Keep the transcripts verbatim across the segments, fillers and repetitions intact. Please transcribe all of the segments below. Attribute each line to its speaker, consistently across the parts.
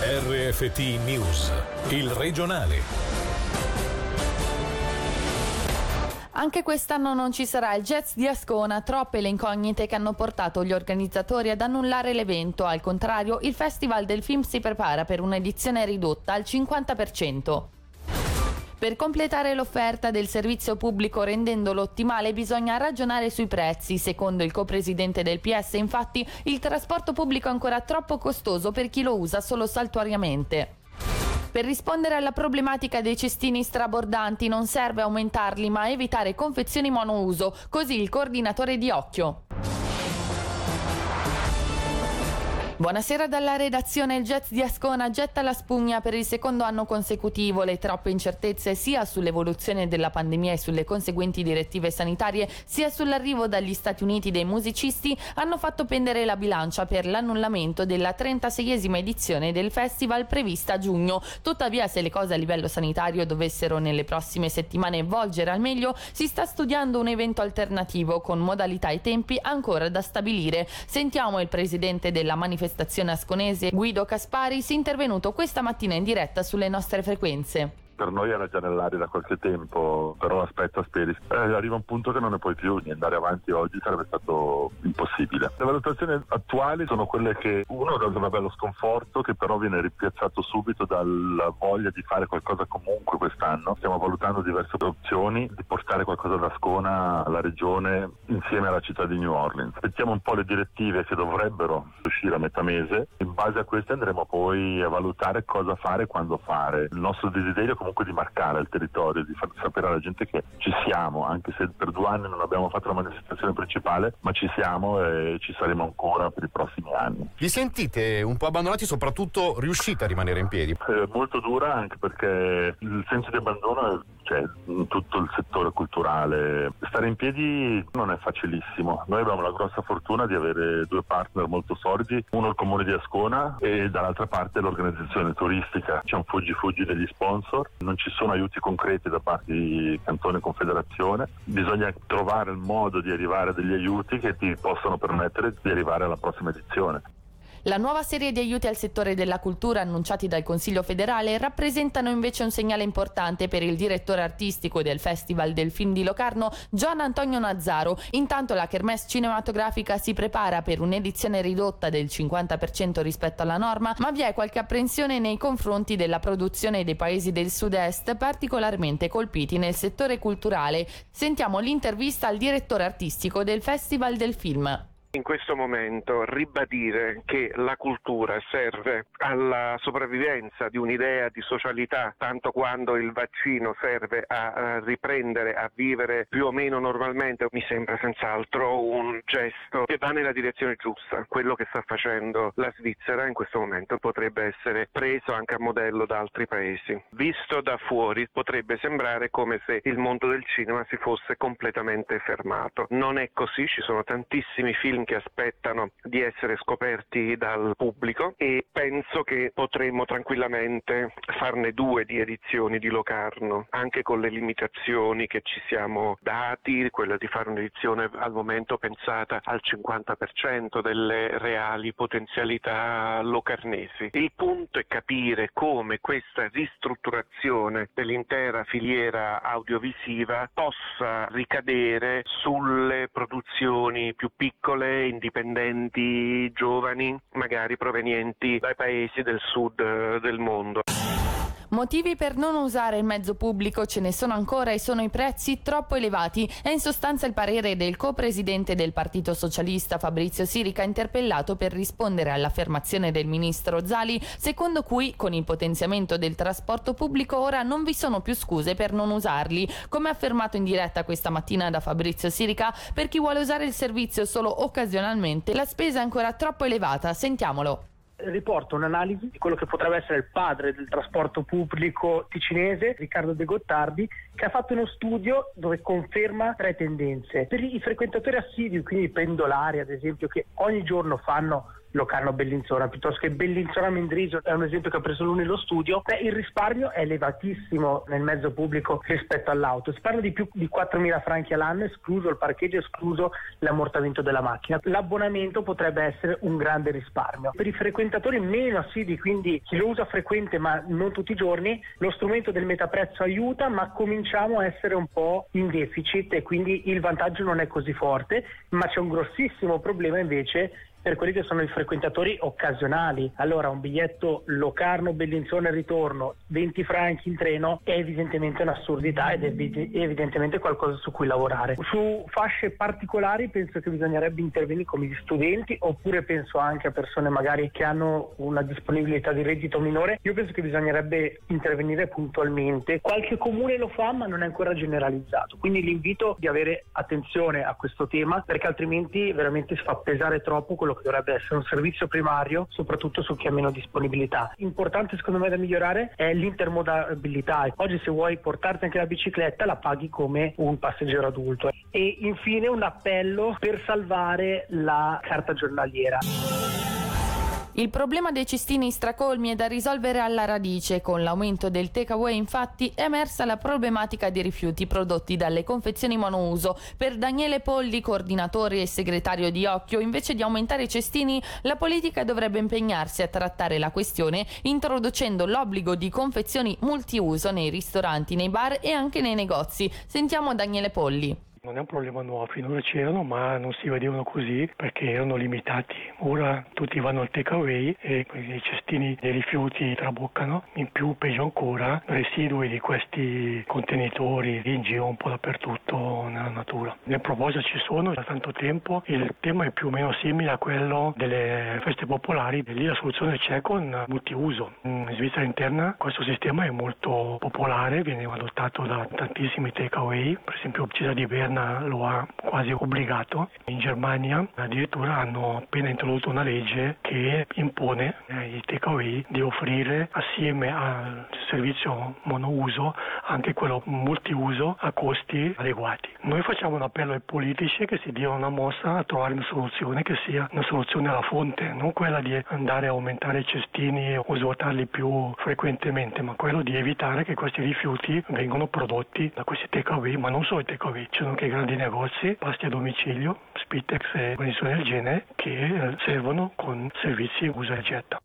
Speaker 1: R F T News, il regionale.
Speaker 2: Anche quest'anno non ci sarà il Jazz di Ascona, troppe le incognite che hanno portato gli organizzatori ad annullare l'evento. Al contrario, il Festival del Film si prepara per un'edizione ridotta al cinquanta per cento. Per completare l'offerta del servizio pubblico rendendolo ottimale bisogna ragionare sui prezzi. Secondo il copresidente del P S, infatti, il trasporto pubblico è ancora troppo costoso per chi lo usa solo saltuariamente. Per rispondere alla problematica dei cestini strabordanti non serve aumentarli ma evitare confezioni monouso, così il coordinatore di Occhio. Buonasera dalla redazione. Il Jazz di Ascona getta la spugna per il secondo anno consecutivo. Le troppe incertezze sia sull'evoluzione della pandemia e sulle conseguenti direttive sanitarie, sia sull'arrivo dagli Stati Uniti dei musicisti hanno fatto pendere la bilancia per l'annullamento della trentaseiesima edizione del festival prevista a giugno. Tuttavia, se le cose a livello sanitario dovessero nelle prossime settimane volgere al meglio, si sta studiando un evento alternativo con modalità e tempi ancora da stabilire. Sentiamo il presidente della manifestazione manifestazione asconese Guido Caspari, si è intervenuto questa mattina in diretta sulle nostre frequenze.
Speaker 3: Per noi era già nell'aria da qualche tempo, però aspetta, speri. Eh, arriva un punto che non ne puoi più, andare avanti oggi sarebbe stato impossibile. Le valutazioni attuali sono quelle che uno causa un bello sconforto, che però viene ripiazzato subito dalla voglia di fare qualcosa comunque quest'anno. Stiamo valutando diverse opzioni di portare qualcosa da Ascona alla regione insieme alla città di New Orleans. Aspettiamo un po' le direttive che dovrebbero uscire a metà mese. In base a queste andremo poi a valutare cosa fare e quando fare. Il nostro desiderio comunque di marcare il territorio, di far sapere alla gente che ci siamo, anche se per due anni non abbiamo fatto la manifestazione principale, ma ci siamo e ci saremo ancora per i prossimi anni.
Speaker 4: Vi sentite un po' abbandonati, soprattutto riuscite a rimanere in piedi?
Speaker 3: È molto dura, anche perché il senso di abbandono c'è in tutto il settore culturale. Stare in piedi non è facilissimo. Noi abbiamo la grossa fortuna di avere due partner molto solidi, uno il comune di Ascona e dall'altra parte l'organizzazione turistica. C'è un fuggi-fuggi degli sponsor, non ci sono aiuti concreti da parte di Cantone e Confederazione. Bisogna trovare il modo di arrivare a degli aiuti che ti possano permettere di arrivare alla prossima edizione.
Speaker 2: La nuova serie di aiuti al settore della cultura annunciati dal Consiglio federale rappresentano invece un segnale importante per il direttore artistico del Festival del Film di Locarno, Gian Antonio Nazzaro. Intanto la Kermesse cinematografica si prepara per un'edizione ridotta del cinquanta per cento rispetto alla norma, ma vi è qualche apprensione nei confronti della produzione dei paesi del sud-est particolarmente colpiti nel settore culturale. Sentiamo l'intervista al direttore artistico del Festival del Film.
Speaker 5: In questo momento ribadire che la cultura serve alla sopravvivenza di un'idea di socialità, tanto quando il vaccino serve a, a riprendere a vivere più o meno normalmente, mi sembra senz'altro un gesto che va nella direzione giusta. Quello che sta facendo la Svizzera in questo momento potrebbe essere preso anche a modello da altri paesi. Visto da fuori potrebbe sembrare come se il mondo del cinema si fosse completamente fermato. Non è così, ci sono tantissimi film che aspettano di essere scoperti dal pubblico e penso che potremo tranquillamente farne due di edizioni di Locarno, anche con le limitazioni che ci siamo dati, quella di fare un'edizione al momento pensata al cinquanta per cento delle reali potenzialità locarnesi. Il punto è capire come questa ristrutturazione dell'intera filiera audiovisiva possa ricadere sulle produzioni più piccole, indipendenti, giovani, magari provenienti dai paesi del sud del mondo.
Speaker 2: Motivi per non usare il mezzo pubblico ce ne sono ancora e sono i prezzi troppo elevati. È in sostanza il parere del co-presidente del Partito Socialista Fabrizio Sirica, interpellato per rispondere all'affermazione del ministro Zali, secondo cui con il potenziamento del trasporto pubblico ora non vi sono più scuse per non usarli. Come affermato in diretta questa mattina da Fabrizio Sirica, per chi vuole usare il servizio solo occasionalmente la spesa è ancora troppo elevata. Sentiamolo.
Speaker 6: Riporta un'analisi di quello che potrebbe essere il padre del trasporto pubblico ticinese, Riccardo De Gottardi, che ha fatto uno studio dove conferma tre tendenze. Per i frequentatori assidui, quindi i pendolari ad esempio, che ogni giorno fanno Locarno Bellinzona, piuttosto che Bellinzona Mendrisio, è un esempio che ha preso lui nello studio. Beh, il risparmio è elevatissimo nel mezzo pubblico rispetto all'auto, si parla di più di quattromila franchi all'anno, escluso il parcheggio, escluso l'ammortamento della macchina. L'abbonamento potrebbe essere un grande risparmio. Per i frequentatori meno assidui, quindi chi lo usa frequente ma non tutti i giorni, lo strumento del metaprezzo aiuta, ma cominciamo a essere un po' in deficit e quindi il vantaggio non è così forte, ma c'è un grossissimo problema invece per quelli che sono i frequentatori occasionali. Allora un biglietto Locarno-Bellinzona e ritorno, venti franchi in treno, è evidentemente un'assurdità ed è evidentemente qualcosa su cui lavorare. Su fasce particolari penso che bisognerebbe intervenire come gli studenti, oppure penso anche a persone magari che hanno una disponibilità di reddito minore. Io penso che bisognerebbe intervenire puntualmente. Qualche comune lo fa ma non è ancora generalizzato, quindi l'invito di avere attenzione a questo tema, perché altrimenti veramente si fa pesare troppo quello che dovrebbe essere un servizio primario, soprattutto su chi ha meno disponibilità. Importante secondo me da migliorare è l'intermodabilità. Oggi se vuoi portarti anche la bicicletta la paghi come un passeggero adulto. E infine un appello per salvare la carta giornaliera.
Speaker 2: Il problema dei cestini stracolmi è da risolvere alla radice. Con l'aumento del takeaway, infatti, è emersa la problematica dei rifiuti prodotti dalle confezioni monouso. Per Daniele Polli, coordinatore e segretario di Occhio, invece di aumentare i cestini, la politica dovrebbe impegnarsi a trattare la questione introducendo l'obbligo di confezioni multiuso nei ristoranti, nei bar e anche nei negozi. Sentiamo Daniele Polli.
Speaker 7: Non è un problema nuovo, finora c'erano ma non si vedevano così perché erano limitati. Ora tutti vanno al takeaway e i cestini dei rifiuti traboccano. In più, peggio ancora, residui di questi contenitori in giro un po' dappertutto nella natura. Le proposte ci sono da tanto tempo, il tema è più o meno simile a quello delle feste popolari. E lì la soluzione c'è con multiuso. In Svizzera interna questo sistema è molto popolare, viene adottato da tantissimi takeaway, per esempio Città di Berna lo ha quasi obbligato. In Germania addirittura hanno appena introdotto una legge che impone ai takeaway di offrire assieme al servizio monouso anche quello multiuso a costi adeguati. Noi facciamo un appello ai politici che si diano una mossa a trovare una soluzione che sia una soluzione alla fonte, non quella di andare a aumentare i cestini o svuotarli più frequentemente, ma quello di evitare che questi rifiuti vengano prodotti da questi takeaway, ma non solo i takeaway, ci sono anche grandi negozi, pasti a domicilio, Spitex e organizzazioni del genere che servono con servizi usa e getta.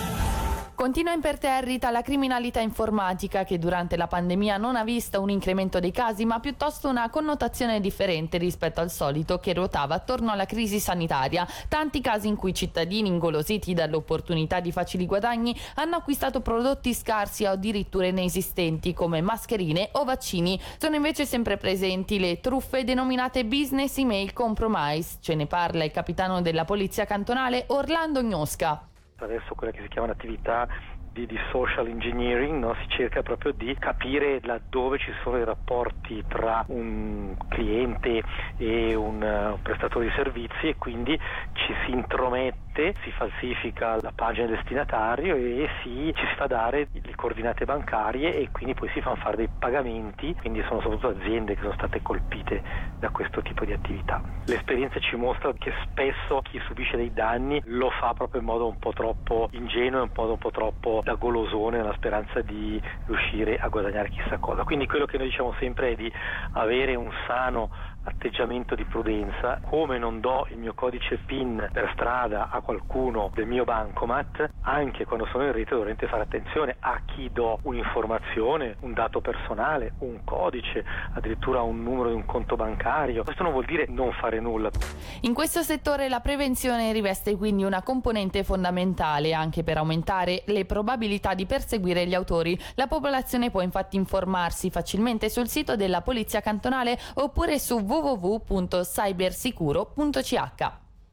Speaker 2: Continua imperterrita la criminalità informatica che durante la pandemia non ha visto un incremento dei casi ma piuttosto una connotazione differente rispetto al solito che ruotava attorno alla crisi sanitaria. Tanti casi in cui cittadini ingolositi dall'opportunità di facili guadagni hanno acquistato prodotti scarsi o addirittura inesistenti come mascherine o vaccini. Sono invece sempre presenti le truffe denominate business email compromise. Ce ne parla il capitano della polizia cantonale Orlando Gnosca.
Speaker 8: Attraverso quella che si chiama attività di, di social engineering, no? Si cerca proprio di capire laddove ci sono i rapporti tra un cliente e un, uh, un prestatore di servizi e quindi ci si intromette, si falsifica la pagina del destinatario e si, ci si fa dare le coordinate bancarie e quindi poi si fanno fare dei pagamenti, quindi sono soprattutto aziende che sono state colpite da questo tipo di attività. L'esperienza ci mostra che spesso chi subisce dei danni lo fa proprio in modo un po' troppo ingenuo e un modo un po' troppo da golosone nella speranza di riuscire a guadagnare chissà cosa. Quindi quello che noi diciamo sempre è di avere un sano atteggiamento di prudenza. Come non do il mio codice PIN per strada a qualcuno del mio bancomat, anche quando sono in rete dovrete fare attenzione a chi do un'informazione, un dato personale, un codice, addirittura un numero di un conto bancario. Questo non vuol dire non fare nulla.
Speaker 2: In questo settore la prevenzione riveste quindi una componente fondamentale anche per aumentare le probabilità di perseguire gli autori. La popolazione può infatti informarsi facilmente sul sito della Polizia Cantonale oppure su w w w punto cybersicuro punto c h.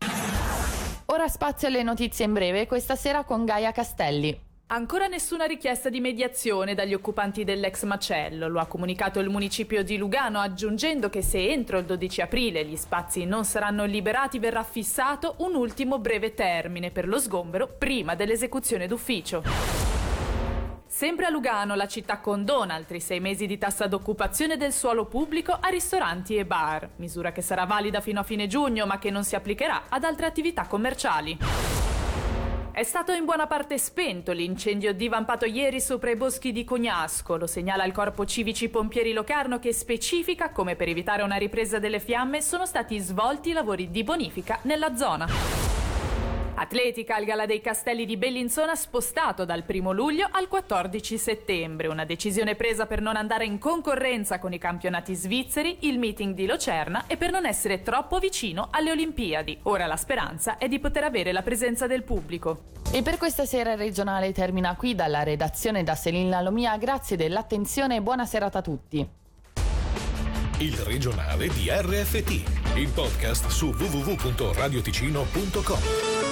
Speaker 2: Ora spazio alle notizie in breve, questa sera con Gaia Castelli.
Speaker 9: Ancora nessuna richiesta di mediazione dagli occupanti dell'ex macello, lo ha comunicato il municipio di Lugano, aggiungendo che se entro il dodici aprile gli spazi non saranno liberati verrà fissato un ultimo breve termine per lo sgombero prima dell'esecuzione d'ufficio. Sempre a Lugano la città condona altri sei mesi di tassa d'occupazione del suolo pubblico a ristoranti e bar, misura che sarà valida fino a fine giugno ma che non si applicherà ad altre attività commerciali. È stato in buona parte spento l'incendio divampato ieri sopra i boschi di Cognasco, lo segnala il Corpo Civici Pompieri Locarno, che specifica come per evitare una ripresa delle fiamme sono stati svolti i lavori di bonifica nella zona. Atletica al Gala dei Castelli di Bellinzona spostato dal primo luglio al quattordici settembre, una decisione presa per non andare in concorrenza con i campionati svizzeri, il meeting di Locerna e per non essere troppo vicino alle Olimpiadi. Ora la speranza è di poter avere la presenza del pubblico.
Speaker 2: E per questa sera il regionale termina qui. Dalla redazione da Selina Lomia, grazie dell'attenzione e buona serata a tutti.
Speaker 1: Il regionale di R F T, il podcast su w w w punto radioticino punto com.